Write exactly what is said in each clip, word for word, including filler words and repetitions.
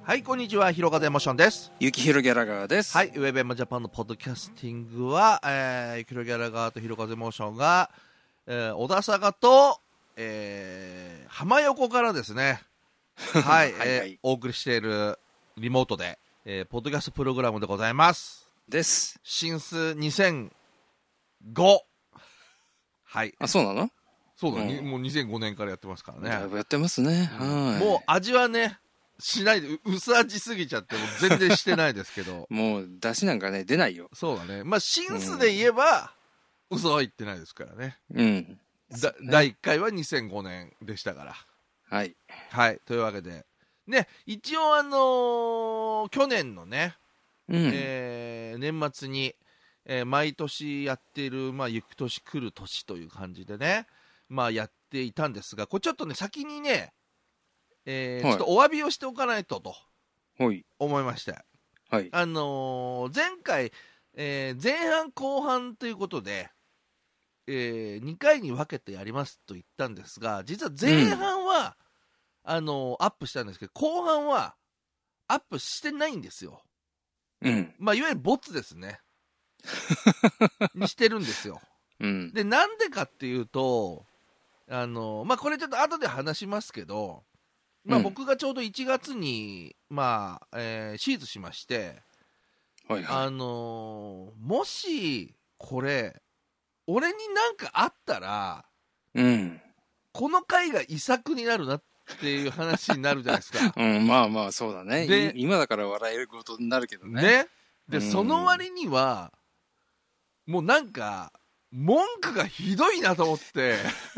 はい、こんにちは。ひろかぜモーションです。 ゆきひろギャラガーです。 はい、ウェブエムジャパンのポッドキャスティングは、えー、ゆきひろギャラガーとひろかぜモーションが、えー、小田坂と、えー、浜横からですね、はい、はいはい、えー、お送りしているリモートで、えー、ポッドキャストプログラムでございます。 です。 シンスにせんご。はい。 あ、そうなの？ そうだね、うん、もうにせんごねんからやってますからね。 だいぶやってますね。 うん、はい。もう味はね、しないで、薄味すぎちゃっても全然してないですけどもう出汁なんかね出ないよ。 そうだね。まあシンスで言えば、うん、嘘は言ってないですからね。 うんだ、ね、だいいっかいはにせんごねんでしたから。 はいはいというわけでね、一応あのー、去年のね、うん、えー、年末に、えー、毎年やっている、まあ、行く年来る年という感じでね、まあやっていたんですが、これちょっとね先にね、えーはい、ちょっとお詫びをしておかないとと思いまして、はい、あのー、前回、えー、前半後半ということで、えー、にかいに分けてやりますと言ったんですが、実は前半は、うん、あのー、アップしたんですけど、後半はアップしてないんですよ。うん、まあいわゆるボツですねにしてるんですよ、うん、でなんでかっていうと、あのー、まあこれちょっと後で話しますけど、まあ、僕がちょうどいちがつに、まあえー、手術しまして、はいはい、あのー、もしこれ俺になんかあったら、うん、この回が遺作になるなっていう話になるじゃないですか、 うん、まあまあそうだね。で今だから笑えることになるけどね。 ねで、うん、その割にはもうなんか文句がひどいなと思って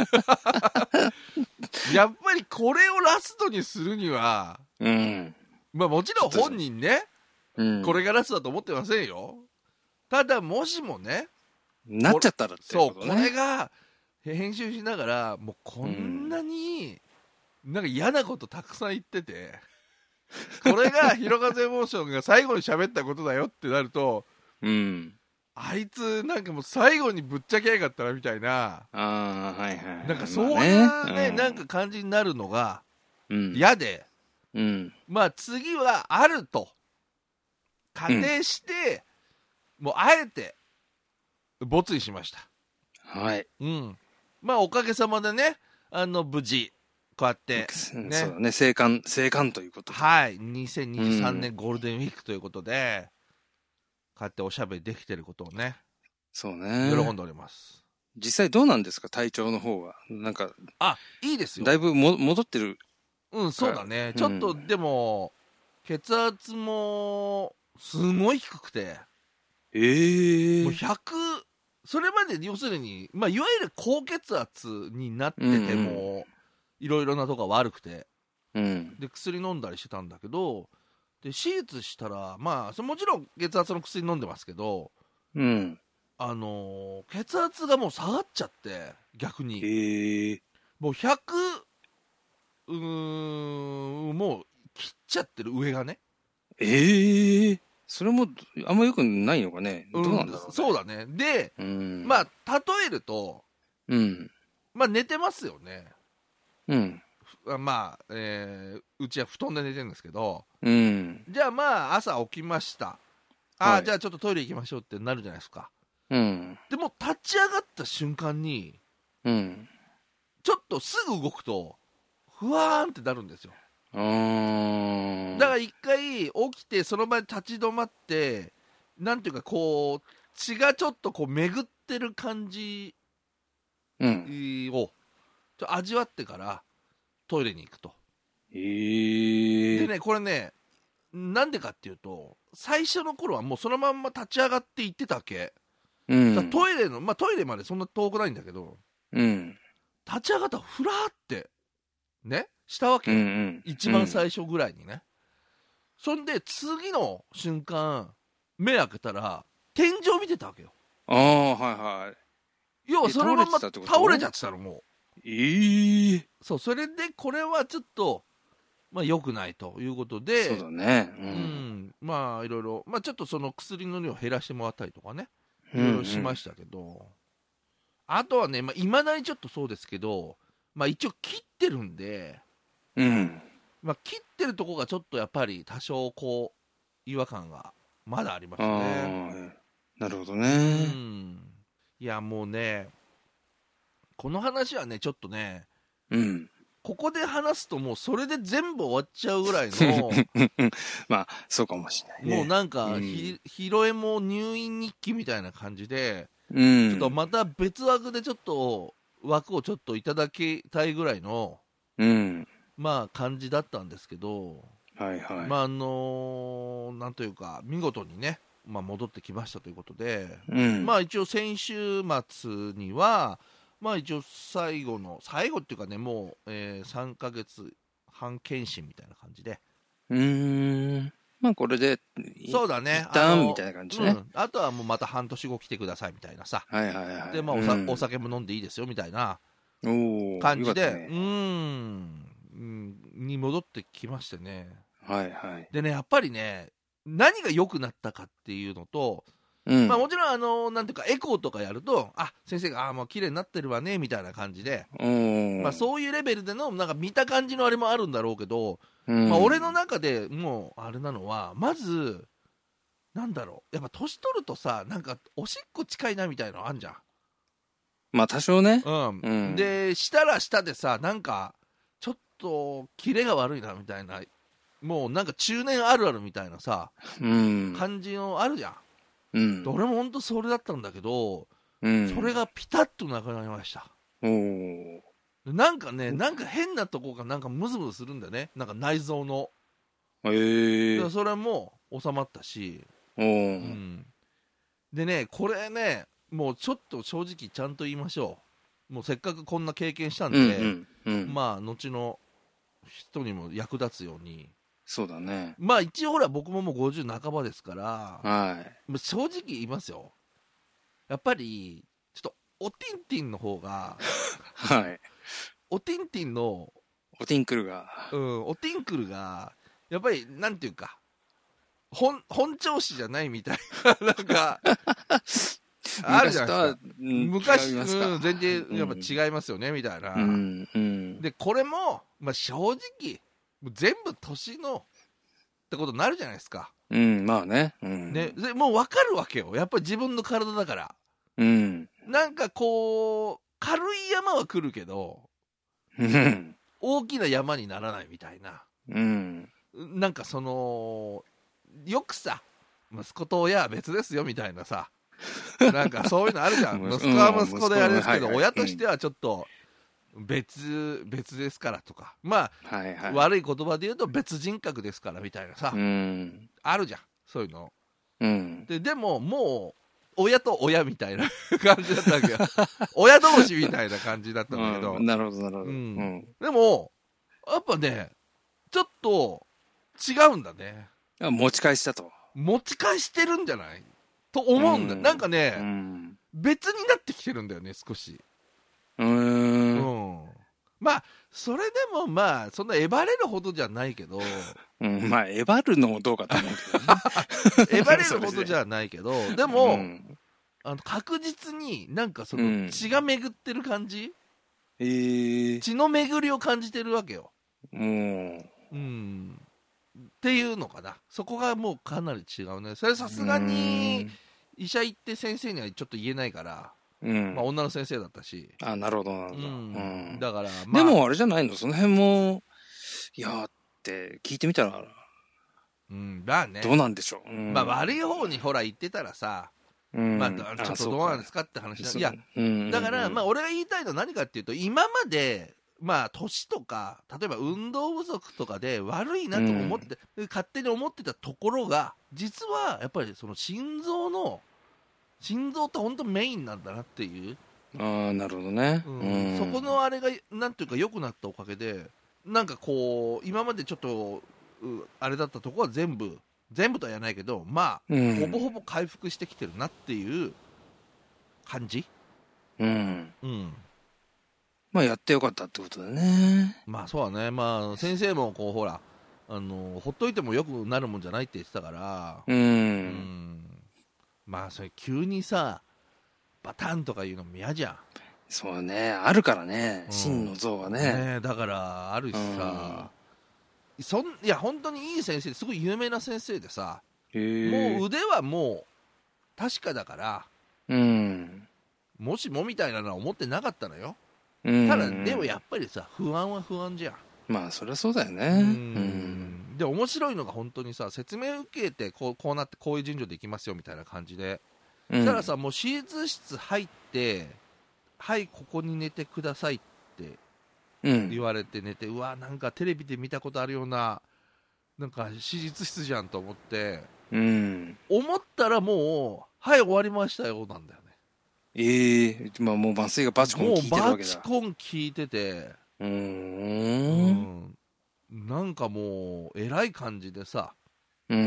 やっぱりこれをラストにするには、うん、まあもちろん本人ね、うん、これがラストだと思ってませんよ。ただもしもねなっちゃったらってことね。 そう、これが編集しながらもうこんなになんか嫌なことたくさん言ってて、これがひろかぜモーションが最後に喋ったことだよってなると、うん、あいつなんかもう最後にぶっちゃけやがったなみたいな、 あ、はいはい、 なんかそういうね、まあね、うん、なんか感じになるのが嫌で、うん、まあ次はあると仮定して、うん、もうあえてボツにしました。 はい、 うん、まあおかげさまでね、あの無事こうやって、 ね、そうだね、生還生還ということで、 はい、にせんにじゅうさんねんゴールデンウィークということで、こうやっておしゃべりできてることをね、 そうね、 喜んでおります。 実際どうなんですか、体調の方は。なんかあ、いいですよ。 だいぶも戻ってる。 うん、そうだね、うん、ちょっとでも血圧もすごい低くて、えー、もうひゃく、それまで要するに、まあ、いわゆる高血圧になっててもいろいろなとこが悪くて、うん、で薬飲んだりしてたんだけど、で手術したら、まあもちろん血圧の薬飲んでますけど、うん、あのー、血圧がもう下がっちゃって逆に、えー、もうひゃく、うーん、もう切っちゃってる、上がね。 えー、それもあんまよくないのかね、どうなんだろうね、 うん、そうだね。で、うん、まあ例えると、うん、まあ寝てますよね。うん、まあ、えー、うちは布団で寝てるんですけど、うん、じゃあまあ朝起きました、あ、はい、じゃあちょっとトイレ行きましょうってなるじゃないですか、うん、でも立ち上がった瞬間に、うん、ちょっとすぐ動くとふわーんってなるんですよ。うーん、だから一回起きてその場で立ち止まって、なんていうかこう血がちょっとこう巡ってる感じを、うん、ちょっと味わってからトイレに行くと。へー。でね、これね、なんでかっていうと、最初の頃はもうそのまんま立ち上がって行ってたわけ、うん、トイレの、まあトイレまでそんな遠くないんだけど、うん、立ち上がったらふらーってねしたわけ、うんうん、一番最初ぐらいにね、うん、そんで次の瞬間目開けたら天井見てたわけよ。 ああ、はいはい。 要はそのまま倒れちゃってたの、もう。えー、そう、それでこれはちょっとまあ良くないということで、 そうだね、うん、うん、 まあいろいろ、まあちょっとその薬の量を減らしてもらったりとかね、いろいろしましたけど、うんうん、あとはね、まあ、未だにちょっとそうですけど、まあ一応切ってるんで、うん、 まあ、切ってるとこがちょっとやっぱり多少こう違和感がまだありますね。 なるほどね。 うん。いやもうね、この話はねちょっとね、 うん、 ここで話すともうそれで全部終わっちゃうぐらいのまあそうかもしれないね。 もうなんか、 うん、 ひひろえも入院日記みたいな感じで、 うん、 ちょっとまた別枠でちょっと枠をちょっといただきたいぐらいの、 うん、 まあ感じだったんですけど、 はいはい。 まああのーなんというか見事にね、まあ、戻ってきましたということで、 うん、 まあ一応先週末にはまあ一応最後の最後っていうかねもう、えー、さんかげつはん検診みたいな感じで、 うーん、まあこれでそうだね一旦みたいな感じね、 うん、あとはもうまた半年後来てくださいみたいなさ、 はいはいはい、 でまあおさ、 うん、 お酒も飲んでいいですよみたいなお感じで、 ね、 うーん、うん、に戻ってきましてね。 はいはい。 でね、やっぱりね、何が良くなったかっていうのと、 うん、 まあもちろん、あの、なんていうか、エコーとかやると、あ、先生が、あ、もう綺麗になってるわね、みたいな感じで、まあそういうレベルでの、なんか見た感じのあれもあるんだろうけど、うん、まあ俺の中でもう、あれなのは、まず、なんだろう、やっぱ年取るとさ、なんか、おしっこ近いなみたいなのあんじゃん。 まあ多少ね。 うん。うん、で、したらしたでさ、なんか、ちょっと、キレが悪いなみたいな、もうなんか中年あるあるみたいなさ、うん、感じのあるじゃん。うん、俺も本当それだったんだけど、うん、それがピタッとなくなりました。おなんかね、なんか変なとこがなんかムズムズするんだよね。なんか内臓の。へえー。それも収まったし。うん、でね、これね、もうちょっと正直ちゃんと言いましょう。もうせっかくこんな経験したんで、うんうんうん、まあ後の人にも役立つように。 そうだね。 まあ一応ほら僕ももうごじゅう半ばですから、はい、正直言いますよ。やっぱりちょっとおティンティンの方が、はい、おティンティンのおティンクルが、 うん、おティンクルがやっぱりなんていうか本本調子じゃないみたいななんかあるじゃないですか。昔、うん、全然やっぱ違いますよね、うん、みたいな、うんうん、でこれも、まあ、正直全部年のってことになるじゃないですか。 うん、まあね。うん、 ね、でもう分かるわけよ。やっぱり自分の体だから。うん。なんかこう、軽い山は来るけど、うん、大きな山にならないみたいな。うん。なんかその、よくさ、息子と親は別ですよみたいなさ、なんかそういうのあるじゃん。息子は息子であれですけど、親としてはちょっと、別別ですからとか、まあ、はいはい、悪い言葉で言うと別人格ですからみたいなさ、うん、あるじゃんそういうの、うん、ででももう親と親みたいな感じだったわけよ親同士みたいな感じだったんだけど、 うん、なるほどなるほど、うんうん、でもやっぱねちょっと違うんだね。 持ち返したと持ち返してるんじゃないと思うんだ、うん、なんかね、うん、別になってきてるんだよね少し。うーん、うん、まあそれでもまあそんなえばれるほどじゃないけど、 うん、まあえばるのもどうかと思うけど、ね、 えばれるほどじゃないけどでも、うん、あの確実になんかその血が巡ってる感じ、うん、血の巡りを感じてるわけよ、うん、うん、っていうのかな。そこがもうかなり違うね。それさすがに医者行って先生にはちょっと言えないから、うん、まあ、女の先生だったし。 あ、なるほどなるほど、うん、だから、 まあ、でもあれじゃないのその辺もいやーって聞いてみたら、 うん、まあね、 どうなんでしょう、うん、 まあ悪い方にほら言ってたらさ、うん、まあちょっとどうなんですかって話だ。いや、うん、だからまあ俺が言いたいのは何かっていうと、今までまあ年とか例えば運動不足とかで悪いなと思って、うん、勝手に思ってたところが実はやっぱりその心臓の心臓って本当メインなんだなっていう。 ああ、なるほどね、 うんうん、そこのあれがなんていうか良くなったおかげでなんかこう今までちょっとあれだったところは全部全部とは言わないけどまあ、うん、ほぼほぼ回復してきてるなっていう感じ。うん、 うん、まあやってよかったってことだね。 まあそうだね。まあ先生もこうほらあのほっといてもよくなるもんじゃないって言ってたから、うん、うん、まあそれ急にさバタンとかいうのも嫌じゃん。 そうね、あるからね、真の像はね。 ねだからあるしさ、 そんいや本当にいい先生ですごい有名な先生でさ、 へもう腕はもう確かだから、 うん。 もしもみたいなのは思ってなかったのよ。 うん。 ただでもやっぱりさ、不安は不安じゃん。 まあそりゃそうだよね。 うん、 うん。 で面白いのが本当にさ、説明受けてこう、こうなってこういう順序でいきますよみたいな感じで、 うん、 したらさ、もう手術室入ってはいここに寝てくださいって言われて寝て、うん、うわなんかテレビで見たことあるようななんか手術室じゃんと思って、 うん、 思ったらもうはい終わりましたよなんだよね。 ええー、まあもう麻酔がバチコン効いてるわけだ。 もうバチコン効いてて、 うーん、 うん、なんかもう偉い感じでさ、 うん、うん、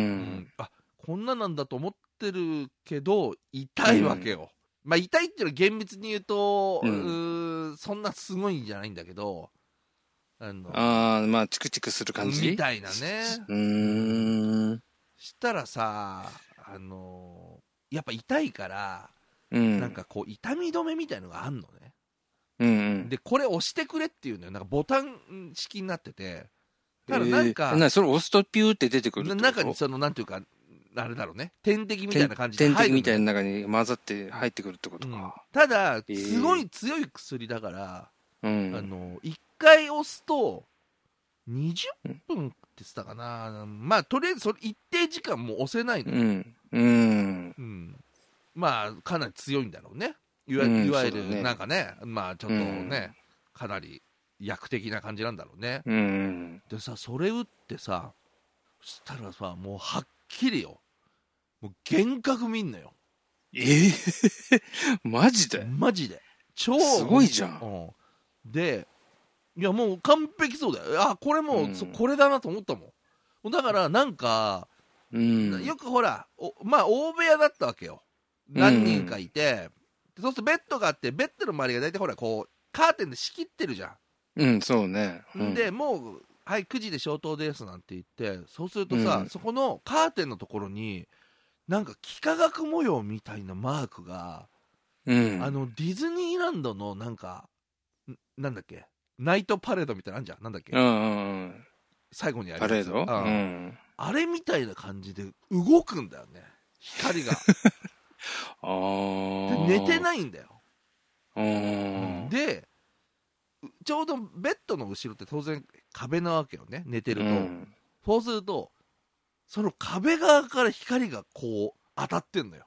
あこんななんだと思ってるけど痛いわけよ、うん、まあ痛いっていうのは厳密に言うと、うん、うそんなすごいんじゃないんだけど、 あのあまあチクチクする感じみたいなね。 うーん、 したらさ、あのー、やっぱ痛いから、 うん、 なんかこう痛み止めみたいのがあんのね。 うんうん、 でこれ押してくれっていうのよ。なんかボタン式になってて、ただなんか、 えー、なそれ押すとピューって出てくるってこと？ 中にそのなんていうかあれだろうね、点滴みたいな感じで入る、 点滴みたいな中に混ざって入ってくるってことか、うん、 ただすごい強い薬だから、 うん、 あのいっかい押すとにじゅっぷんって言ってたかな、まあとりあえずそれ一定時間も押せないの、 うんうんうん、まあかなり強いんだろうね、いわ、うん、いわゆるなんかね、まあちょっとね、うん、かなり薬的な感じなんだろうね、 うん、 でさそれ打ってさ、そしたらさもうはっきりよ、もう幻覚見んのよ。 えー、マジでマジで超すごいじゃん、 うん、でいやもう完璧そうだよ。あこれもう、うん、これだなと思ったもん。だからなんか、うん、よくほらまあ大部屋だったわけよ、何人かいて、うん、そうするとベッドがあって、ベッドの周りが大体ほらこうカーテンで仕切ってるじゃん。 うんそうね、うん、 でもうはいくじで消灯ですなんて言って、そうするとさ、うん、そこのカーテンのところになんか幾何学模様みたいなマークが、うん、あのディズニーランドのなんかなんだっけナイトパレードみたいなのあんじゃん、なんだっけ、うんうんうん、最後にやるやつパレード、うん、 あれみたいな感じで動くんだよね、光があで寝てないんだよ、 うん、 でちょうどベッドの後ろって当然壁なわけよね、寝てると、うん、そうするとその壁側から光がこう当たってんだよ。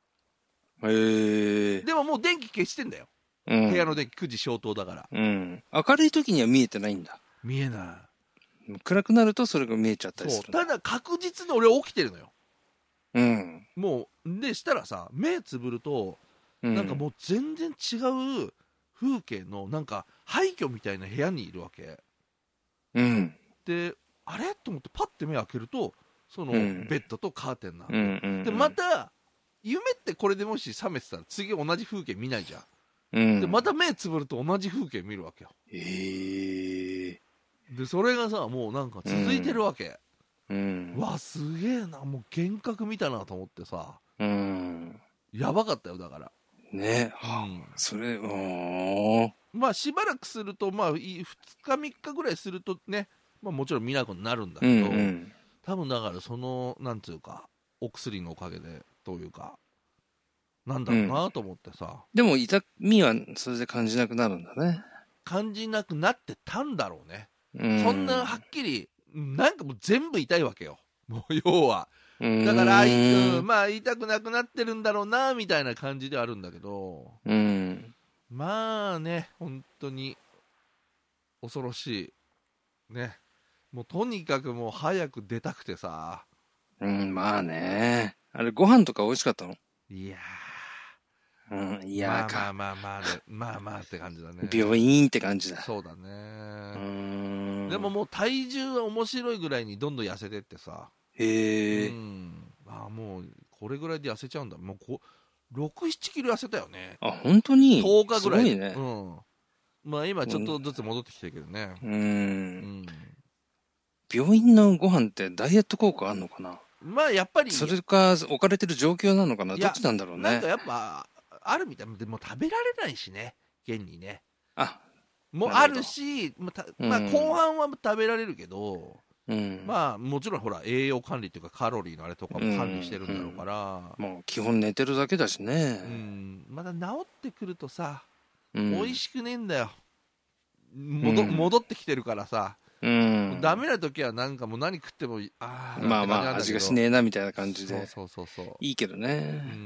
へえ。 でももう電気消してんだよ、うん、部屋の電気くじ消灯だから、 うん、明るい時には見えてないんだ。 見えない。 暗くなるとそれが見えちゃったりする。 ただ確実に俺は起きてるのよ、 うん、 もうでしたらさ目つぶると、うん、なんかもう全然違う風景のなんか廃墟みたいな部屋にいるわけ、 うん、 であれと思ってパッて目開けるとそのベッドとカーテンなわけ、 うんうんうん、 でまた夢ってこれでもし覚めてたら次同じ風景見ないじゃん、 うん、 でまた目つぶると同じ風景見るわけよ。 へえー、でそれがさもうなんか続いてるわけ、 うん、 わすげえな、もう幻覚見たなと思ってさ、 うん、 やばかったよだからね、うん、それおまあしばらくするとまあふつかみっかぐらいするとね、まあ、もちろん見なくなるんだけど、うんうん、多分だからそのなんていうかお薬のおかげでというかなんだろうなと思ってさ、うん、 でも痛みはそれで感じなくなるんだね。 感じなくなってたんだろうね、うん、そんなはっきりなんかもう全部痛いわけよ、もう要はだから、うん、まあ痛くなくなってるんだろうなみたいな感じではあるんだけど、 うん、 まあね本当に恐ろしいね、もうとにかくもう早く出たくてさ、 うん、まあね、あれご飯とか美味しかったの？ いやー、うん、いやーか、まあまあまあでまあまあって感じだね、 病院って感じだ。 そうだね、 うーん、 でももう体重は面白いぐらいにどんどん痩せてってさ、 へえ、 うん、あもうこれぐらいで痩せちゃうんだ、もうころく、ななキロ痩せたよね。 あ、本当にとおかぐらいすごいね。 うん。まあ今ちょっとずつ戻ってきてるけどね。 うん。うん病院のご飯ってダイエット効果あんのかな？ まあやっぱり。 それか置かれてる状況なのかな？どっちなんだろうね。 なんかやっぱあるみたいでも食べられないしね、現にね。 あ、 もうあるし、まあ、まあ、後半は食べられるけど、 うん、 まあもちろんほら栄養管理っていうかカロリーのあれとかも管理してるんだろうから、 うんうん、もう基本寝てるだけだしね、 うん、まだ治ってくるとさ、 うん、 美味しくねえんだよ、戻、うん、戻ってきてるからさ、 うん、 ダメな時はなんかもう何食ってもあまあまあ味がしねえなみたいな感じで、 そうそうそうそう、 いいけどね、 うん、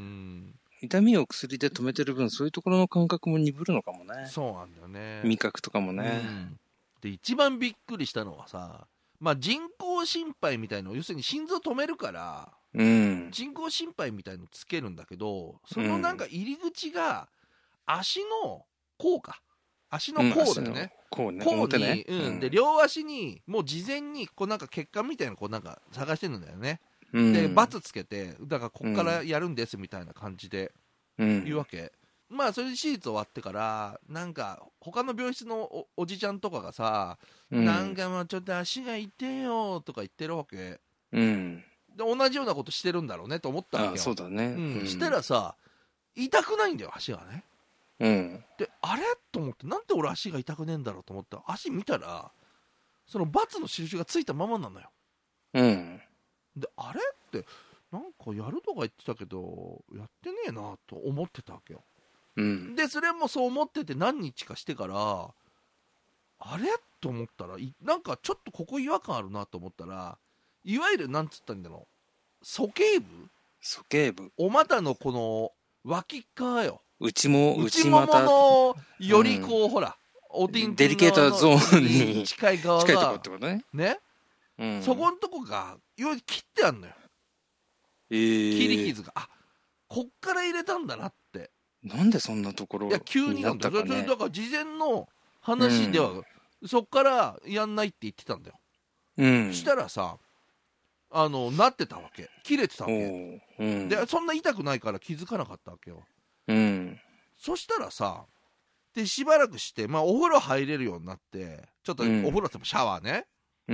痛みを薬で止めてる分そういうところの感覚も鈍るのかもね。 そうなんだよね、 味覚とかもね、 うん、で一番びっくりしたのはさ、まあ、人工心肺みたいの要するに心臓止めるから、 うん、 人工心肺みたいのつけるんだけど、そのなんか入り口が足の甲か、足の甲だよね、 甲ね、 甲に、 ね、 うん、で両足にもう事前にこうなんか血管みたいなのこうなんか探してるんだよね、うん、でバツつけて、だからここからやるんですみたいな感じで言うわけ、うん、まあそれで手術終わってからなんか他の病室の お, おじちゃんとかがさ、うん、なんかもうちょっと足が痛えよとか言ってるわけ、うん、で同じようなことしてるんだろうねと思ったわけよ。 ああそうだね、 うん、したらさ痛くないんだよ足がね、うん、であれと思って、なんで俺足が痛くねえんだろうと思って足見たらそのバツの印がついたままなのよ、うん、であれってなんかやるとか言ってたけどやってねえなと思ってたわけよ、うん、でそれもそう思ってて何日かしてからあれと思ったらなんかちょっとここ違和感あるなと思ったら、いわゆるなんつったんだろう、鼠径部鼠径部お股のこの脇っ側よ、 内も内もものよりこう、うん、ほらおティンティンデリケートゾーンに近い側が近いところってことね、 ね、うん、そこのとこがいわゆる切ってあんのよ、えー、切り傷が、あこっから入れたんだなって。 なんでそんなところになったか、ね、いや急になんだよ、 それだから事前の話では、うん、そっからやんないって言ってたんだよ、うん、したらさあのなってたわけ、切れてたわけ、うん、でそんな痛くないから気づかなかったわけよ、うん、そしたらさでしばらくして、まあ、お風呂入れるようになって、ちょっとお風呂ってもシャワーね、うん、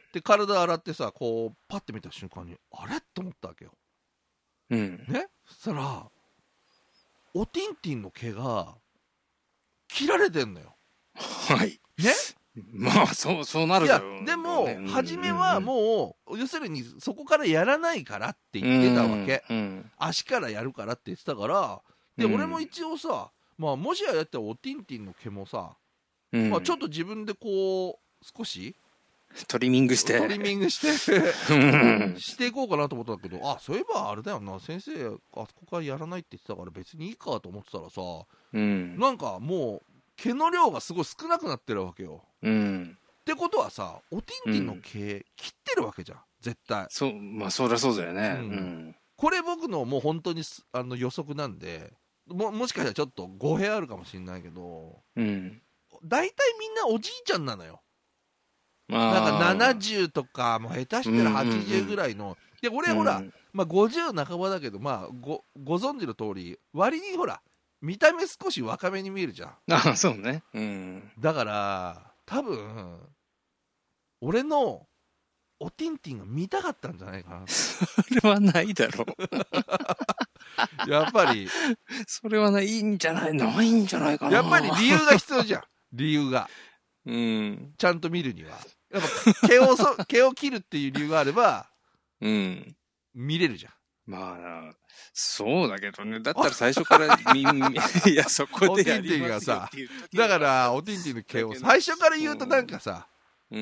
で体洗ってさこうパッて見た瞬間にあれと思ったわけよ、うん、ね、そしたらおティンティンの毛が切られてんのよ、 はいね、 まあそうそうなるだろう、ね、 いやでも、うん、初めはもう、うん、要するにそこからやらないからって言ってたわけ、うんうん、足からやるからって言ってたからで、うん、俺も一応さ、まあ、もしやったらおティンティンの毛もさ、うんまあ、ちょっと自分でこう少しトリミングしてトリミングしてしていこうかなと思ったんだけど、あそういえばあれだよな、先生あそこからやらないって言ってたから別にいいかと思ってたらさ、うん、なんかもう毛の量がすごい少なくなってるわけよ、うん、ってことはさおティンティンの毛、うん、切ってるわけじゃん絶対。 そうまあそりゃそうだよね、うんうん、 これ僕のもう本当にあの予測なんで も, もしかしたらちょっと語弊あるかもしれないけど、うん、大体みんなおじいちゃんなのよ、なんかななじゅうとかもう下手したらはちじゅうぐらいの、うんうんうん、で俺ほら、うんまあ、ごじゅう半ばだけど、まあ、ご, ご存知の通り割にほら見た目少し若めに見えるじゃん。 ああそうね、うん、 だから多分俺のおティンティンが見たかったんじゃないかな。 それはないだろうやっぱりそれはないんじゃないないんじゃないかな。 やっぱり理由が必要じゃん理由が、うん、ちゃんと見るにはやっぱ毛をそ毛を切るっていう理由があれば、うん、見れるじゃん。 まあそうだけどね、だったら最初からみいやそこでやりますよっていう時だからおティンティンの毛を最初から言うとなんかさ、うん、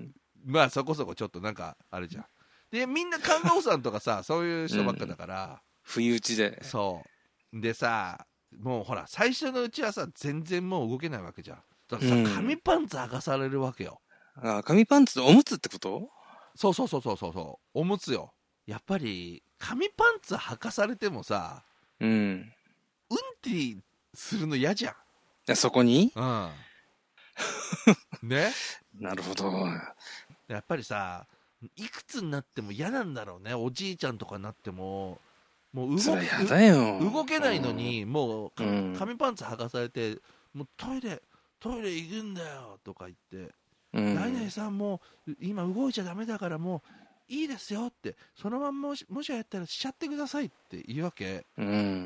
まあそこそこちょっとなんかあれじゃん。でみんな看護婦さんとかさそういう人ばっかだから、うん、 不意打ちでそうでさもうほら最初のうちはさ全然もう動けないわけじゃん。だからさ、うん、紙パンツ履かされるわけよ。 あ紙パンツとおむつってこと？ そうそうそうそうそうおむつよ。やっぱり紙パンツ履かされてもさ、うん、うんティするの嫌じゃん。いやそこに、 うん、ね。 なるほど。 やっぱりさいくつになっても嫌なんだろうね。おじいちゃんとかになってももう 動, それやだよ動けないのに、うん、もう紙パンツ履かされてもうトイレトイレ行くんだよとか言って、うん、何々さんもう今動いちゃダメだからもういいですよってそのまんまもしもしやったらしちゃってくださいって言うわけ、うん、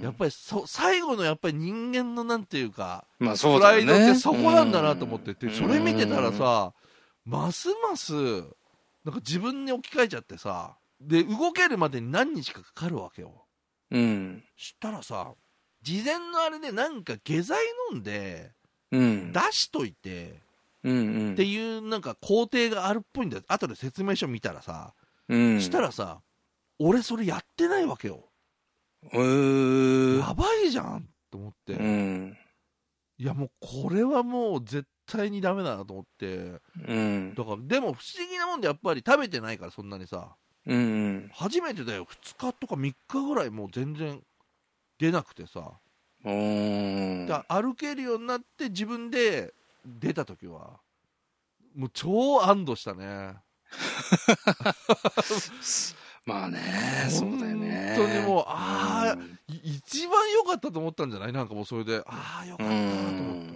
やっぱりそ最後のやっぱり人間のなんていうか、 まあそうだよね、 プライドってそこなんだなと思ってて、うん、それ見てたらさますますなんか自分に置き換えちゃってさ、で動けるまでに何日かかかるわけよ。 うん。 したらさ、事前のあれでなんか下剤飲んで、 うん。 出しといて、 うんうん、 っていうなんか工程があるっぽいんだよ。後で説明書見たらさ、 うん、 したらさ、俺それやってないわけよ。 へー、 やばいじゃんと思って、 うん、 いやもうこれはもう絶対にダメだなと思って、 うん、 だからでも不思議なもんでやっぱり食べてないからそんなにさ、 うん、 初めてだよ。ふつかとかみっかぐらいもう全然出なくてさ、 うん、 だ歩けるようになって自分で出た時はもう超安堵したね。 まあね、そうだよね。 本当にもう、ああ、 うん、 一番良かったと思ったんじゃない？なんかもうそれで、ああ、良かったと思った。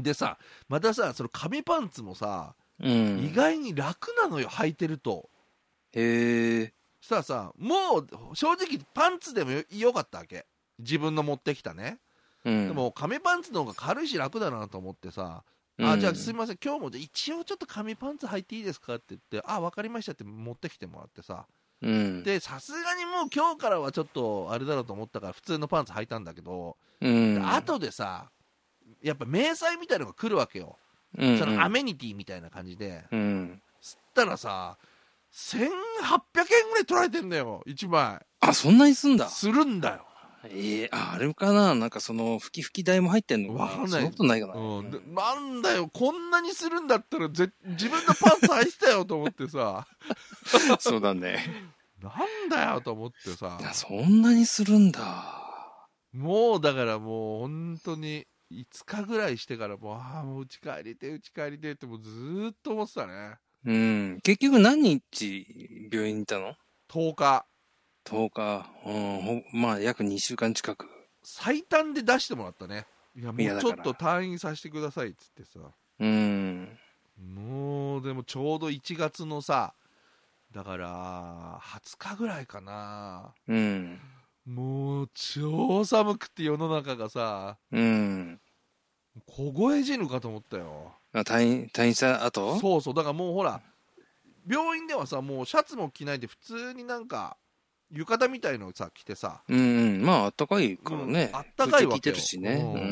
でさ、またさ、その紙パンツもさ、うん、意外に楽なのよ、履いてると。 へえ。 したらさ、もう正直パンツでもよかったわけ。自分の持ってきたね。うん、でも紙パンツの方が軽いし楽だなと思ってさ、うん、あ、じゃあすいません、今日も一応ちょっと紙パンツ履いていいですかって言って、あ、分かりましたって持ってきてもらってさ、うん、でさすがにもう今日からはちょっとあれだろうと思ったから普通のパンツ履いたんだけど、うん、で後でさ、やっぱ明細みたいなのが来るわけよ、うんうん、そのアメニティみたいな感じで、うん、そったらさせんはっぴゃくえんぐらい取られてんだよ、いちまい。 あ、そんなにすんだ。 するんだよ。 ええー、あ、あれかな、なんかその吹き吹き代も入ってんのかな。 わかんない。 そんなことないかな。 うん、でなんだよ、こんなにするんだったらぜ自分のパンツ履いてたよと思ってさ。 そうだね。 なんだよと思ってさ。 いや、そんなにするんだ。 もうだからもう本当にいつかぐらいしてからもう、ああもう家帰りて家帰りてってもうずーっと思ってたね。 うん。結局何日病院にいたの？ とおか。 とおか。うん。まあ約にしゅうかん近く。 最短で出してもらったね。いやもうちょっと退院させてくださいっつってさ。うん。もうでもちょうどいちがつのさ、だからはつかぐらいかな。うん。もう超寒くて世の中がさ、うん。凍え死ぬかと思ったよ。 あ、退院、退院した後？ そうそう。だからもうほら、病院ではさ、もうシャツも着ないで普通になんか浴衣みたいのをさ着てさ、 うんうん、まああったかいからね、 うん、あったかいわけよ。 着てるしね、 うん、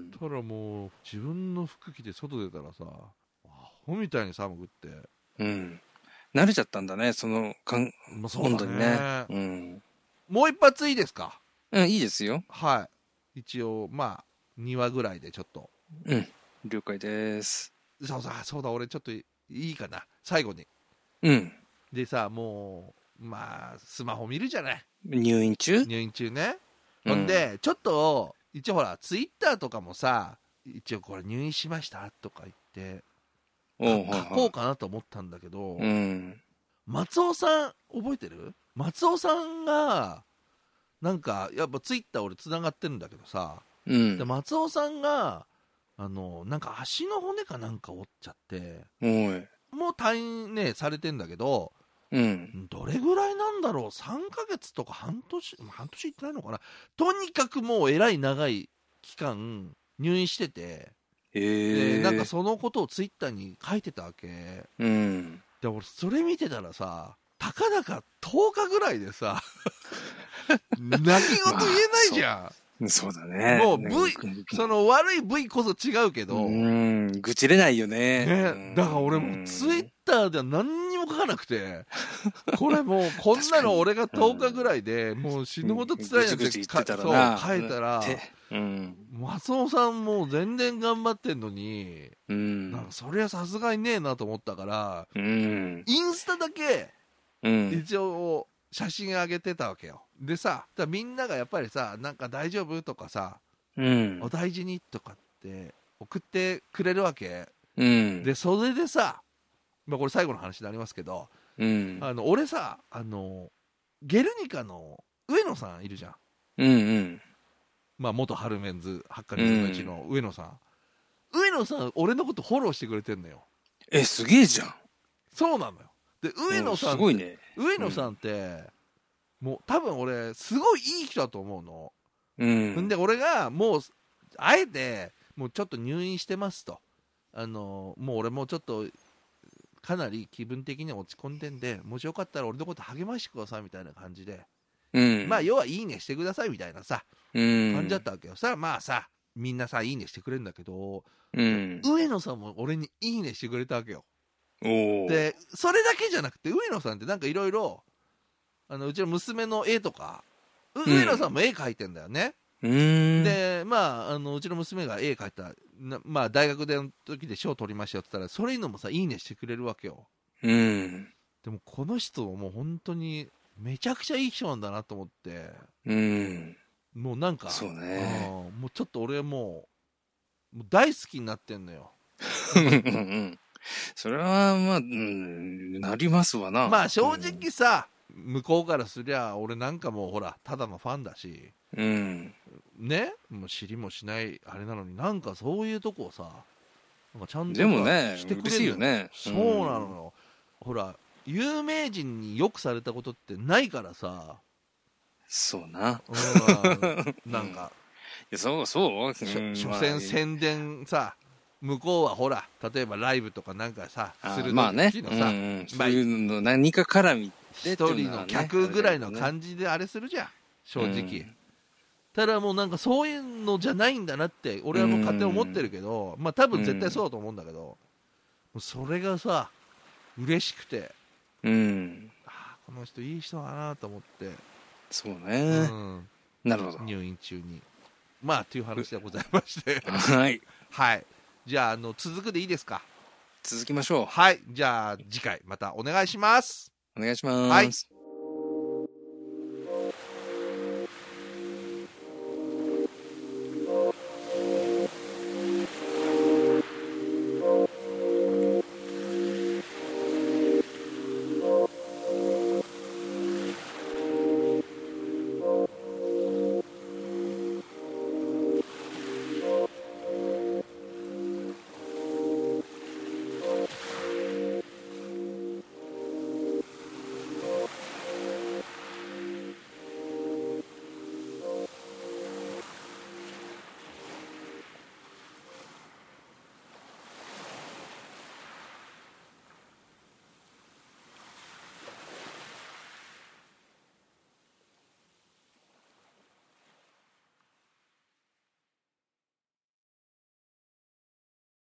そしたらもう自分の服着て外出たらさ、アホみたいに寒くって、 うん、慣れちゃったんだね、そのかん、まあ、そうだね、温度にね、うん、 もう一発いいですか？ うん、いいですよ。 はい、一応まあにわぐらいでちょっと、 うん、了解です。 そうだそうだ、俺ちょっといいかな、最後に。 うん。 でさ、もうまあスマホ見るじゃない、 入院中入院中ね、うん、ほんでちょっと一応ほらツイッターとかもさ、一応これ入院しましたとか言って書こうかなと思ったんだけど、うん、松尾さん覚えてる？松尾さんがなんかやっぱツイッター俺つながってるんだけどさ、うん、で松尾さんがあのなんか足の骨かなんか折っちゃって、おいもう退院ねされてんだけど、うん、どれぐらいなんだろう、さんかげつとか半年、半年いってないのかな、とにかくもうえらい長い期間入院してて、でなんかそのことをツイッターに書いてたわけ、うん、で俺それ見てたらさ、たかだかとおかぐらいでさ泣き言言えないじゃん、まあそうだね。 もう V、その悪い V こそ違うけど。 うん、愚痴れないよね。 ね、だから俺もツイッターでは何にも書かなくて、これもうこんなの俺がとおかぐらいで、もう死ぬほど辛いなんて書いたら、うん、松尾さんもう全然頑張ってんのに、うん、なんかそりゃさすがにねえなと思ったから、うん、インスタだけ、うん、一応写真上げてたわけよ。でさ、みんながやっぱりさ、なんか大丈夫とかさ、うん、お大事にとかって送ってくれるわけ、うん、でそれでさ、まあ、これ最後の話になりますけど、うん、あの俺さ、あのゲルニカの上野さんいるじゃん、うんうん、まあ、元ハルメンズハッカーに分のいちの上野さん、うん、上野さん俺のことフォローしてくれてんのよ。 え、すげえじゃん。 そうなのよ。で上野さん、 すごいね、 上野さんって、うん、もう多分俺すごいいい人だと思うの、うん、で俺がもうあえてもうちょっと入院してますと、あのもう俺もうちょっとかなり気分的に落ち込んでんで、もしよかったら俺のこと励ましてくださいみたいな感じで、 うん、 まあ要はいいねしてくださいみたいなさ、 うん、 感じだったわけよ。さまあさみんなさいいねしてくれるんだけど、 うん、 上野さんも俺にいいねしてくれたわけよ。 おでそれだけじゃなくて、上野さんってなんかいろいろうちの娘の絵とか、上野さんも絵描いてんだよね。 うん、 でまあ、あのうちの娘が絵描いたな、まあ、大学での時で賞を取りましたよって言ったら、それいうのもさいいねしてくれるわけよ。 うん、 でもこの人もう本当にめちゃくちゃいい人なんだなと思って、 うん、 もうなんかそうね、 もうちょっと俺もうもう大好きになってんのよ。 それはまあ、うん、なりますわな。 まあ正直さ、うん、向こうからすりゃ俺なんかもうほらただのファンだし、 うん、 ね、もう知りもしないあれなのに、なんかそういうとこをさ、なんかちゃんとでもねしてくれる。 嬉しいよね。 そうなのよ、うん、ほら有名人によくされたことってないからさ。 そうな、 うん、なんかいやそうそう、うん、 所詮宣伝さ、向こうはほら例えばライブとかなんかさする時のさ、 まあね、うんうん、そういうの何か絡みで一人の客ぐらいの感じであれするじゃん正直、うん、ただもうなんかそういうのじゃないんだなって俺はもう勝手に思ってるけど、まあ多分絶対そうだと思うんだけど、もうそれがさ嬉しくて、 うん、 あこの人いい人だなと思って。 そうね、うん、なるほど。 入院中にまあっていう話でございましてはいはいじゃあ、あの続くでいいですか。 続きましょう。 はいじゃあ次回またお願いします。 お願いします。 はい。